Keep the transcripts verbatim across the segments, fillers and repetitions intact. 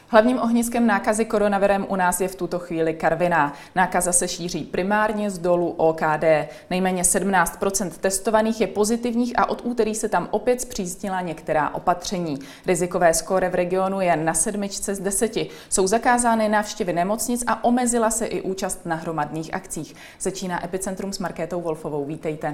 Hlavním ohniskem nákazy koronavirem u nás je v tuto chvíli Karviná. Nákaza se šíří primárně z dolu O K D. Nejméně sedmnáct procent testovaných je pozitivních a od úterý se tam opět zpřísnila některá opatření. Rizikové skóre v regionu je na sedmičce z deseti. Jsou zakázány návštěvy nemocnic a omezila se i účast na hromadných akcích. Začíná Epicentrum s Markétou Wolfovou. Vítejte.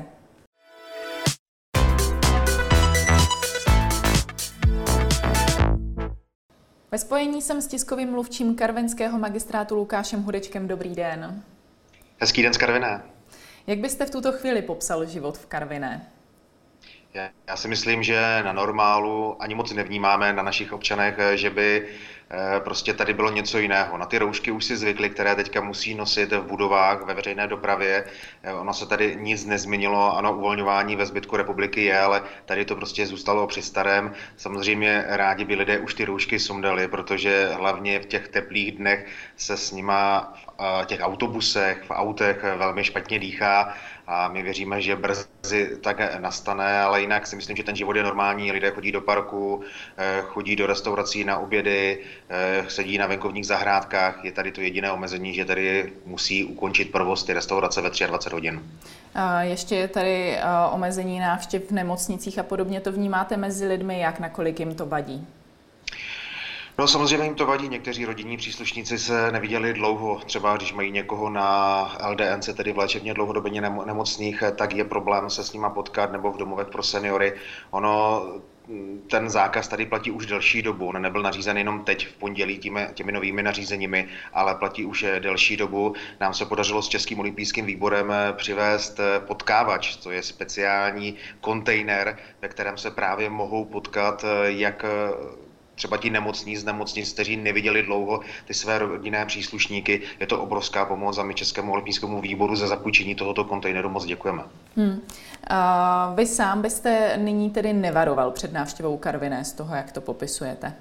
Ve spojení jsem s tiskovým mluvčím karvinského magistrátu Lukášem Hudečkem. Dobrý den. Hezký den z Karviné. Jak byste v tuto chvíli popsal život v Karviné? Já si myslím, že na normálu ani moc nevnímáme na našich občanech, že by prostě tady bylo něco jiného. Na ty roušky už si zvykli, které teďka musí nosit v budovách, ve veřejné dopravě. Ono se tady nic nezměnilo, ano, uvolňování ve zbytku republiky je, ale tady to prostě zůstalo při starém. Samozřejmě rádi by lidé už ty roušky sundali, protože hlavně v těch teplých dnech se s nima v těch autobusech, v autech velmi špatně dýchá. A my věříme, že brzy tak nastane, ale jinak si myslím, že ten život je normální. Lidé chodí do parku, chodí do restaurací na obědy, sedí na venkovních zahrádkách. Je tady to jediné omezení, že tady musí ukončit provoz ty restaurace ve dvacet tři hodin. Ještě je tady omezení návštěv v nemocnicích a podobně. To vnímáte mezi lidmi, jak nakolik jim to vadí? No samozřejmě jim to vadí, někteří rodinní příslušníci se neviděli dlouho, třeba když mají někoho na L D N C, tedy v léčebně dlouhodobě nemocných, tak je problém se s nima potkat, nebo v domovech pro seniory. Ono, ten zákaz tady platí už delší dobu, on nebyl nařízen jenom teď v pondělí těmi, těmi novými nařízeními, ale platí už delší dobu. Nám se podařilo s Českým olympijským výborem přivést potkávač, to je speciální kontejner, ve kterém se právě mohou potkat jak třeba ti nemocní z nemocnic, kteří neviděli dlouho ty své rodinné příslušníky. Je to obrovská pomoc a my Českému olympijskému výboru za zapůjčení tohoto kontejneru moc děkujeme. Hmm. A vy sám byste nyní tedy nevaroval před návštěvou Karviné z toho, jak to popisujete?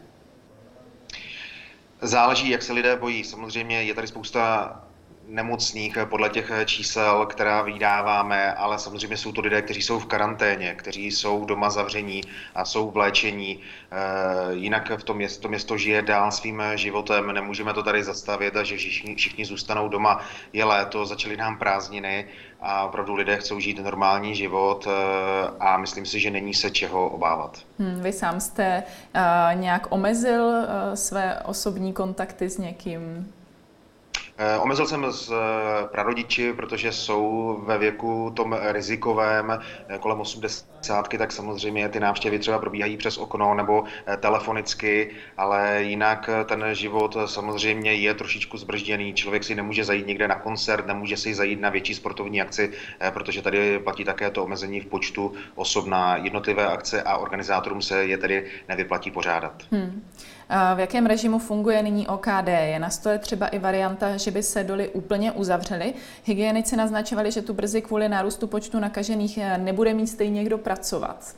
Záleží, jak se lidé bojí. Samozřejmě je tady spousta nemocných podle těch čísel, která vydáváme, ale samozřejmě jsou to lidé, kteří jsou v karanténě, kteří jsou doma zavření a jsou v léčení. Jinak v tom město, to město žije dál svým životem, nemůžeme to tady zastavit a že všichni, všichni zůstanou doma. Je léto, začaly nám prázdniny a opravdu lidé chcou žít normální život a myslím si, že není se čeho obávat. Hmm, vy sám jste uh, nějak omezil uh, své osobní kontakty s někým? Omezil jsem s prarodiči, protože jsou ve věku tom rizikovém kolem osmdesátky, tak samozřejmě ty návštěvy třeba probíhají přes okno nebo telefonicky, ale jinak ten život samozřejmě je trošičku zbržděný. Člověk si nemůže zajít někde na koncert, nemůže si zajít na větší sportovní akci, protože tady platí také to omezení v počtu osob na jednotlivé akce a organizátorům se je tedy nevyplatí pořádat. Hmm. V jakém režimu funguje nyní O K D? Je na stole třeba i varianta, že by se doly úplně uzavřely? Hygienici naznačovali, že tu brzy kvůli nárůstu počtu nakažených nebude mít stejně kdo pracovat.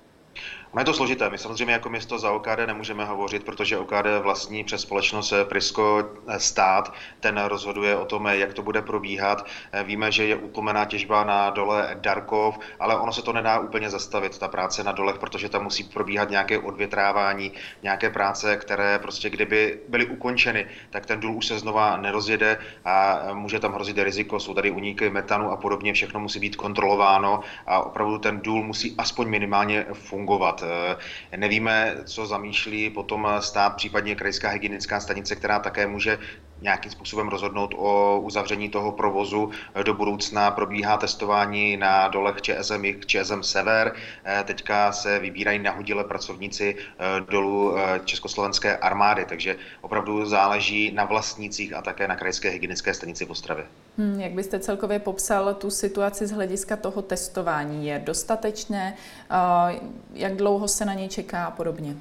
No je to složité. My samozřejmě jako město za O K D nemůžeme hovořit, protože O K D vlastní přes společnost Prisco stát. Ten rozhoduje o tom, jak to bude probíhat. Víme, že je utlumená těžba na dole Darkov, ale ono se to nedá úplně zastavit, ta práce na dolech, protože tam musí probíhat nějaké odvětrávání, nějaké práce, které prostě kdyby byly ukončeny, tak ten důl už se znova nerozjede a může tam hrozit riziko. Jsou tady úniky metanu a podobně, všechno musí být kontrolováno a opravdu ten důl musí aspoň minimálně fungovat. Nevíme, co zamýšlí potom stát, případně krajská hygienická stanice, která také může nějakým způsobem rozhodnout o uzavření toho provozu. Do budoucna probíhá testování na dolech ČSM Jih, ČSM Sever. Teďka se vybírají nahodile pracovníci dolů Československé armády, takže opravdu záleží na vlastnících a také na krajské hygienické stanici v Ostravě. Hmm, jak byste celkově popsal tu situaci z hlediska toho testování? Je dostatečné? Jak dlouho se na něj čeká a podobně?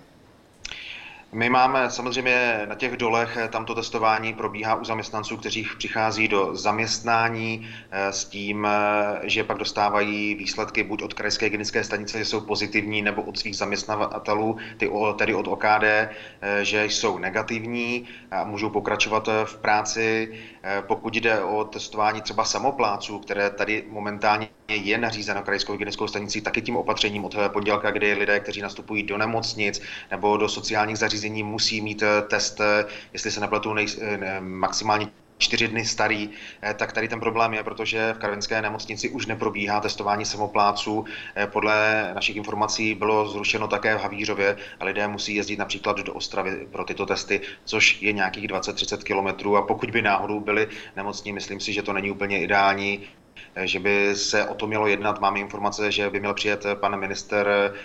My máme samozřejmě na těch dolech, tam to testování probíhá u zaměstnanců, kteří přichází do zaměstnání s tím, že pak dostávají výsledky buď od krajské hygienické stanice, že jsou pozitivní, nebo od svých zaměstnavatelů, tedy od O K D, že jsou negativní a můžou pokračovat v práci. Pokud jde o testování třeba samopláců, které tady momentálně je nařízeno krajskou hygienickou stanicí taky tím opatřením od pondělka, kdy lidé, kteří nastupují do nemocnic nebo do sociálních zařízení, musí mít test, jestli se nepletu, nej, maximálně čtyři dny starý, tak tady ten problém je, protože v karvinské nemocnici už neprobíhá testování samopláců. Podle našich informací bylo zrušeno také v Havířově a lidé musí jezdit například do Ostravy pro tyto testy, což je nějakých dvacet třicet kilometrů, a pokud by náhodou byli nemocní, myslím si, že to není úplně ideální, že by se o to mělo jednat. Máme informace, že by měl přijet pan minister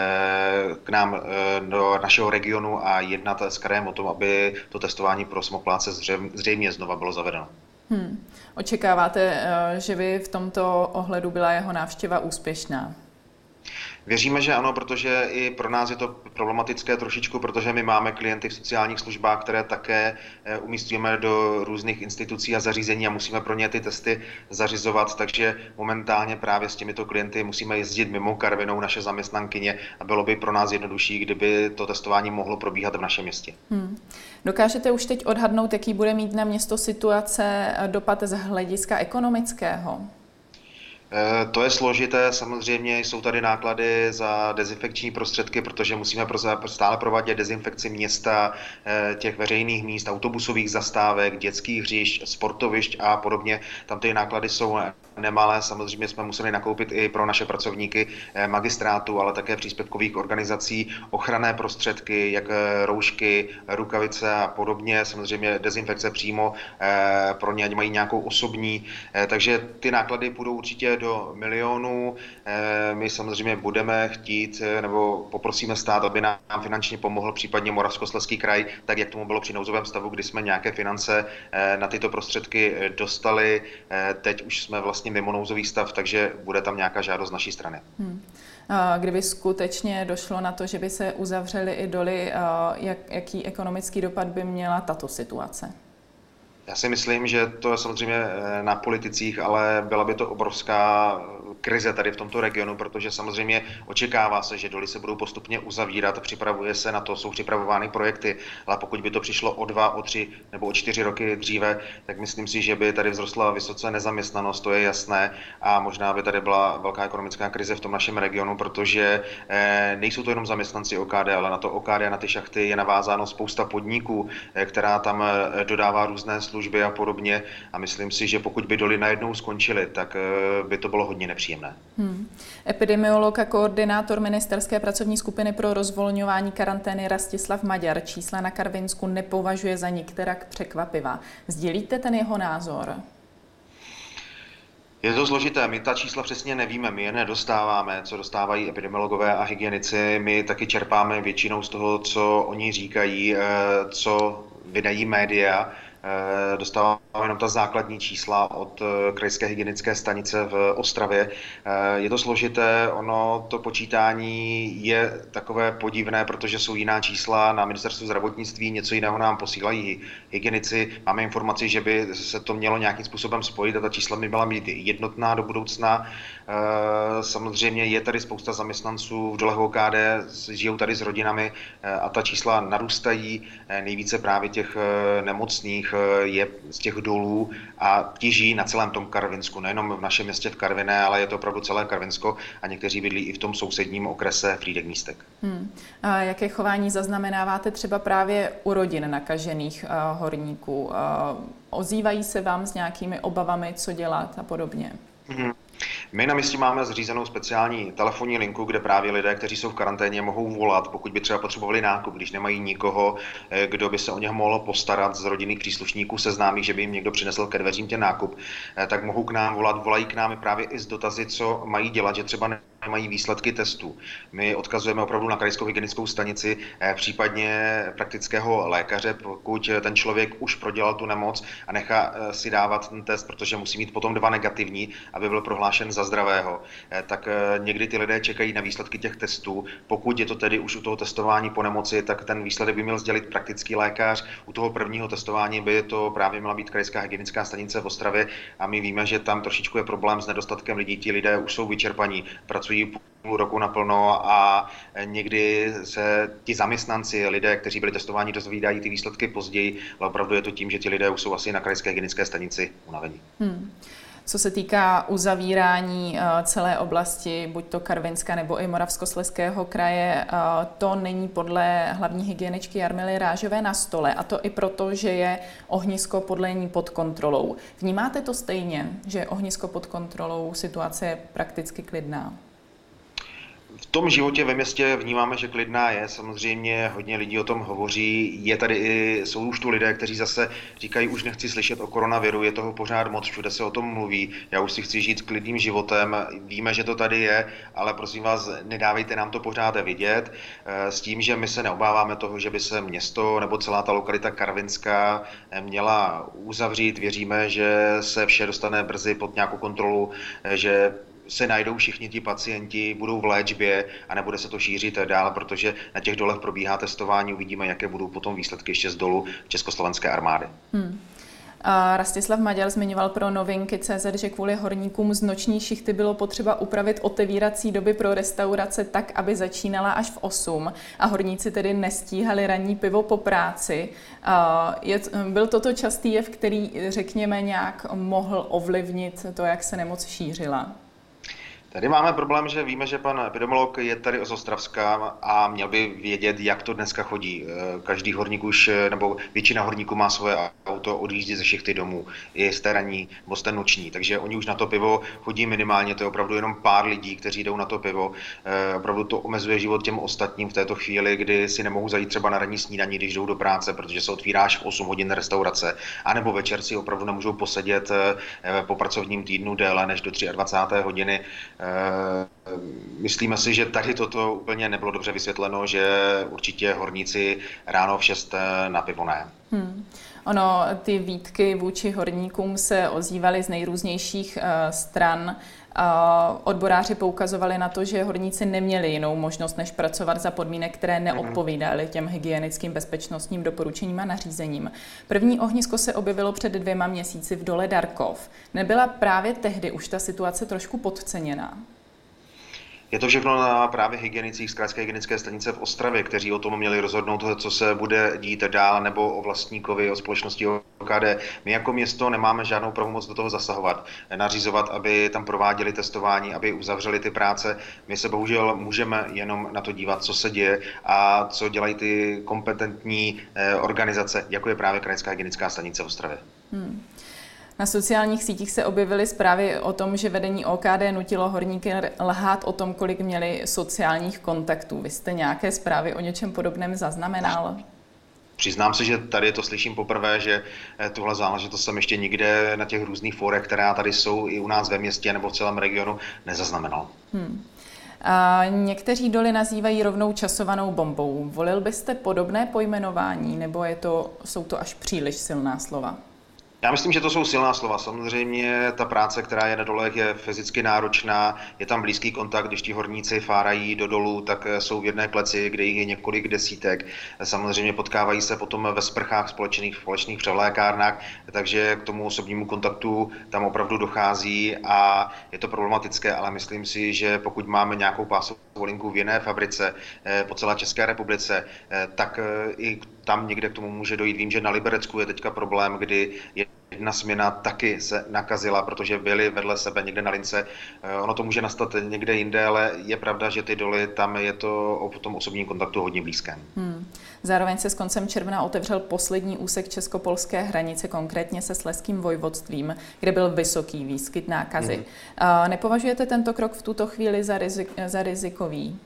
k nám do našeho regionu a jednat s krajem o tom, aby to testování pro samopláce zřejmě znova bylo zavedeno. Hmm. Očekáváte, že by v tomto ohledu byla jeho návštěva úspěšná? Věříme, že ano, protože i pro nás je to problematické trošičku, protože my máme klienty v sociálních službách, které také umístujeme do různých institucí a zařízení a musíme pro ně ty testy zařizovat, takže momentálně právě s těmito klienty musíme jezdit mimo Karvinou, naše zaměstnankyně, a bylo by pro nás jednodušší, kdyby to testování mohlo probíhat v našem městě. Hmm. Dokážete už teď odhadnout, jaký bude mít na město situace dopad z hlediska ekonomického? To je složité, samozřejmě jsou tady náklady za dezinfekční prostředky, protože musíme stále provádět dezinfekci města, těch veřejných míst, autobusových zastávek, dětských hřišť, sportovišť a podobně. Tam ty náklady jsou nemalé, samozřejmě jsme museli nakoupit i pro naše pracovníky magistrátu, ale také příspěvkových organizací ochranné prostředky, jak roušky, rukavice a podobně, samozřejmě dezinfekce přímo pro ně, ať mají nějakou osobní, takže ty náklady půjdou určitě do milionů. My samozřejmě budeme chtít, nebo poprosíme stát, aby nám finančně pomohl, případně Moravskoslezský kraj, tak jak tomu bylo při nouzovém stavu, kdy jsme nějaké finance na tyto prostředky dostali. Teď už jsme vlastně mimo nouzový stav, takže bude tam nějaká žádost z naší strany. Hmm. Kdyby skutečně došlo na to, že by se uzavřely i doly, jak, jaký ekonomický dopad by měla tato situace? Já si myslím, že to je samozřejmě na politicích, ale byla by to obrovská krize tady v tomto regionu, protože samozřejmě očekává se, že doly se budou postupně uzavírat, připravuje se na to, jsou připravovány projekty, ale pokud by to přišlo o dva, o tři nebo o čtyři roky dříve, tak myslím si, že by tady vzrostla vysoce nezaměstnanost, to je jasné, a možná by tady byla velká ekonomická krize v tom našem regionu, protože nejsou to jenom zaměstnanci O K D, ale na to O K D, na ty šachty je navázáno spousta podniků, která tam dodává různé služby a podobně, a myslím si, že pokud by doly najednou skončily, tak by to bylo hodně nepříjemné. Hmm. Epidemiolog a koordinátor ministerské pracovní skupiny pro rozvolňování karantény Rastislav Maďar čísla na Karvinsku nepovažuje za nikterak překvapivá. Sdílíte ten jeho názor? Je to složité, my ta čísla přesně nevíme, my je nedostáváme, co dostávají epidemiologové a hygienici, my taky čerpáme většinou z toho, co oni říkají, co vydají média. Dostáváme jenom ta základní čísla od krajské hygienické stanice v Ostravě. Je to složité, ono to počítání je takové podivné, protože jsou jiná čísla na ministerstvu zdravotnictví, něco jiného nám posílají hygienici. Máme informaci, že by se to mělo nějakým způsobem spojit a ta čísla by měla být jednotná do budoucna. Samozřejmě je tady spousta zaměstnanců v dolech O K D, žijou tady s rodinami a ta čísla narůstají, nejvíce právě těch nemocných je z těch dolů a ti žijí na celém tom Karvinsku, nejenom v našem městě v Karviné, ale je to opravdu celé Karvinsko a někteří bydlí i v tom sousedním okrese Frýdek-Místek. Hmm. A jaké chování zaznamenáváte třeba právě u rodin nakažených uh, horníků? Uh, ozývají se vám s nějakými obavami, co dělat a podobně? Hmm. My na místě máme zřízenou speciální telefonní linku, kde právě lidé, kteří jsou v karanténě, mohou volat, pokud by třeba potřebovali nákup, když nemají nikoho, kdo by se o něho mohl postarat z rodinných příslušníků, seznámých, že by jim někdo přinesl ke dveřím ten nákup, tak mohou k nám volat, volají k nám právě i s dotazy, co mají dělat, že třeba nemají výsledky testů. My odkazujeme opravdu na krajskou hygienickou stanici, případně praktického lékaře, pokud ten člověk už prodělal tu nemoc a nechá si dávat ten test, protože musí mít potom dva negativní, aby byl prohlášen za zdravého, tak někdy ty lidé čekají na výsledky těch testů. Pokud je to tedy už u toho testování po nemoci, tak ten výsledek by měl sdělit praktický lékař. U toho prvního testování by to právě měla být krajská hygienická stanice v Ostravě a my víme, že tam trošičku je problém s nedostatkem lidí. Ti lidé už jsou vyčerpaní, pracují půl roku naplno a někdy se ti zaměstnanci, lidé, kteří byli testováni, dozvídají ty výsledky později, ale opravdu je to tím, že ti lidé už jsou asi na krajské hygienické stanici unavení. Hmm. Co se týká uzavírání celé oblasti, buď to Karvinska nebo i Moravskoslezského kraje, to není podle hlavní hygieničky Jarmily Rážové na stole, a to i proto, že je ohnisko podle ní pod kontrolou. Vnímáte to stejně, že je ohnisko pod kontrolou, situace je prakticky klidná? V tom životě ve městě vnímáme, že klidná je. Samozřejmě hodně lidí o tom hovoří. Je tady i, jsou už tu lidé, kteří zase říkají, už nechci slyšet o koronaviru, je toho pořád moc, všude se o tom mluví. Já už si chci žít klidným životem. Víme, že to tady je, ale prosím vás, nedávejte nám to pořád vidět. S tím, že my se neobáváme toho, že by se město nebo celá ta lokalita Karvinská měla uzavřít. Věříme, že se vše dostane brzy pod nějakou kontrolu, že se najdou všichni ti pacienti, budou v léčbě a nebude se to šířit dál, protože na těch dolech probíhá testování, uvidíme, jaké budou potom výsledky ještě z dolu Československé armády. Hmm. A Rastislav Maďar zmiňoval pro Novinky tečka cé zet, že kvůli horníkům z noční šichty bylo potřeba upravit otevírací doby pro restaurace tak, aby začínala až v osm a horníci tedy nestíhali ranní pivo po práci. Je, byl toto častý jev, který, řekněme, nějak mohl ovlivnit to, jak se nemoc šířila? Tady máme problém, že víme, že pan epidemiolog je tady z Ostravska a měl by vědět, jak to dneska chodí. Každý horník už, nebo většina horníků má svoje auto, odjíždí ze šichty domů, je z té ranní nebo z té noční, takže oni už na to pivo chodí minimálně, to je opravdu jenom pár lidí, kteří jdou na to pivo. Opravdu to omezuje život těm ostatním v této chvíli, kdy si nemohou zajít třeba na ranní snídaní, když jdou do práce, protože se otvírá až v osm hodin restaurace, anebo večer si opravdu nemůžou posedět po pracovním týdnu déle než do dvacáté třetí hodiny. Myslíme si, že tady toto úplně nebylo dobře vysvětleno, že určitě horníci ráno v šest na pivo ne. Hmm. Ono, ty výtky vůči horníkům se ozývaly z nejrůznějších uh, stran. Uh, odboráři poukazovali na to, že horníci neměli jinou možnost, než pracovat za podmínek, které neodpovídaly těm hygienickým bezpečnostním doporučením a nařízením. První ohnisko se objevilo před dvěma měsíci v dole Darkov. Nebyla právě tehdy už ta situace trošku podceněná? Je to všechno na právě hygienicích z krajské hygienické stanice v Ostravě, kteří o tom měli rozhodnout, co se bude dít dál, nebo o vlastníkovi, o společnosti O K D. My jako město nemáme žádnou pravomoc do toho zasahovat, nařizovat, aby tam prováděli testování, aby uzavřeli ty práce. My se bohužel můžeme jenom na to dívat, co se děje a co dělají ty kompetentní organizace, jako je právě krajská hygienická stanice v Ostravě. Hmm. Na sociálních sítích se objevily zprávy o tom, že vedení O K D nutilo horníky lhát o tom, kolik měli sociálních kontaktů. Vy jste nějaké zprávy o něčem podobném zaznamenal? Přiznám se, že tady to slyším poprvé, že tuhle záležitost jsem ještě nikde na těch různých fórech, která tady jsou i u nás ve městě nebo v celém regionu, nezaznamenal. Hmm. A někteří doly nazývají rovnou časovanou bombou. Volil byste podobné pojmenování, nebo je to, jsou to až příliš silná slova? Já myslím, že to jsou silná slova. Samozřejmě ta práce, která je na dolech, je fyzicky náročná, je tam blízký kontakt, když ti horníci fárají do dolů, tak jsou v jedné kleci, kde jich je několik desítek. Samozřejmě potkávají se potom ve sprchách společných, společných převlékárnách, takže k tomu osobnímu kontaktu tam opravdu dochází a je to problematické, ale myslím si, že pokud máme nějakou pásovou linku v jiné fabrice po celé České republice, tak i tam někde k tomu může dojít. Vím, že na Liberecku je teďka problém, kdy jedna směna taky se nakazila, protože byly vedle sebe někde na lince. Ono to může nastat někde jinde, ale je pravda, že ty doly, tam je to o tom osobním kontaktu hodně blízké. Hmm. Zároveň se s koncem června otevřel poslední úsek česko-polské hranice, konkrétně se Slezským vojvodstvím, kde byl vysoký výskyt nákazy. Hmm. Nepovažujete tento krok v tuto chvíli za, rizik, za rizikový?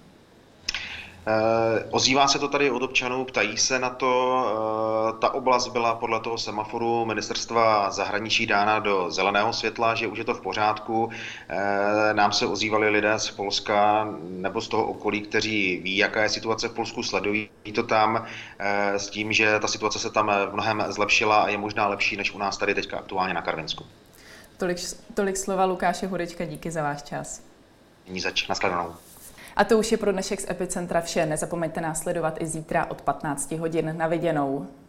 E, ozývá se to tady od občanů, ptají se na to. E, ta oblast byla podle toho semaforu ministerstva zahraničí dána do zeleného světla, že už je to v pořádku. E, nám se ozývali lidé z Polska nebo z toho okolí, kteří ví, jaká je situace v Polsku, sledují to tam e, s tím, že ta situace se tam v mnohem zlepšila a je možná lepší než u nás tady teďka aktuálně na Karvinsku. Tolik, tolik slova Lukáše Hudečka, díky za váš čas. Ní zač, nashledanou. A to už je pro dnešek z Epicentra vše. Nezapomeňte nás sledovat i zítra od patnácti hodin. Na viděnou.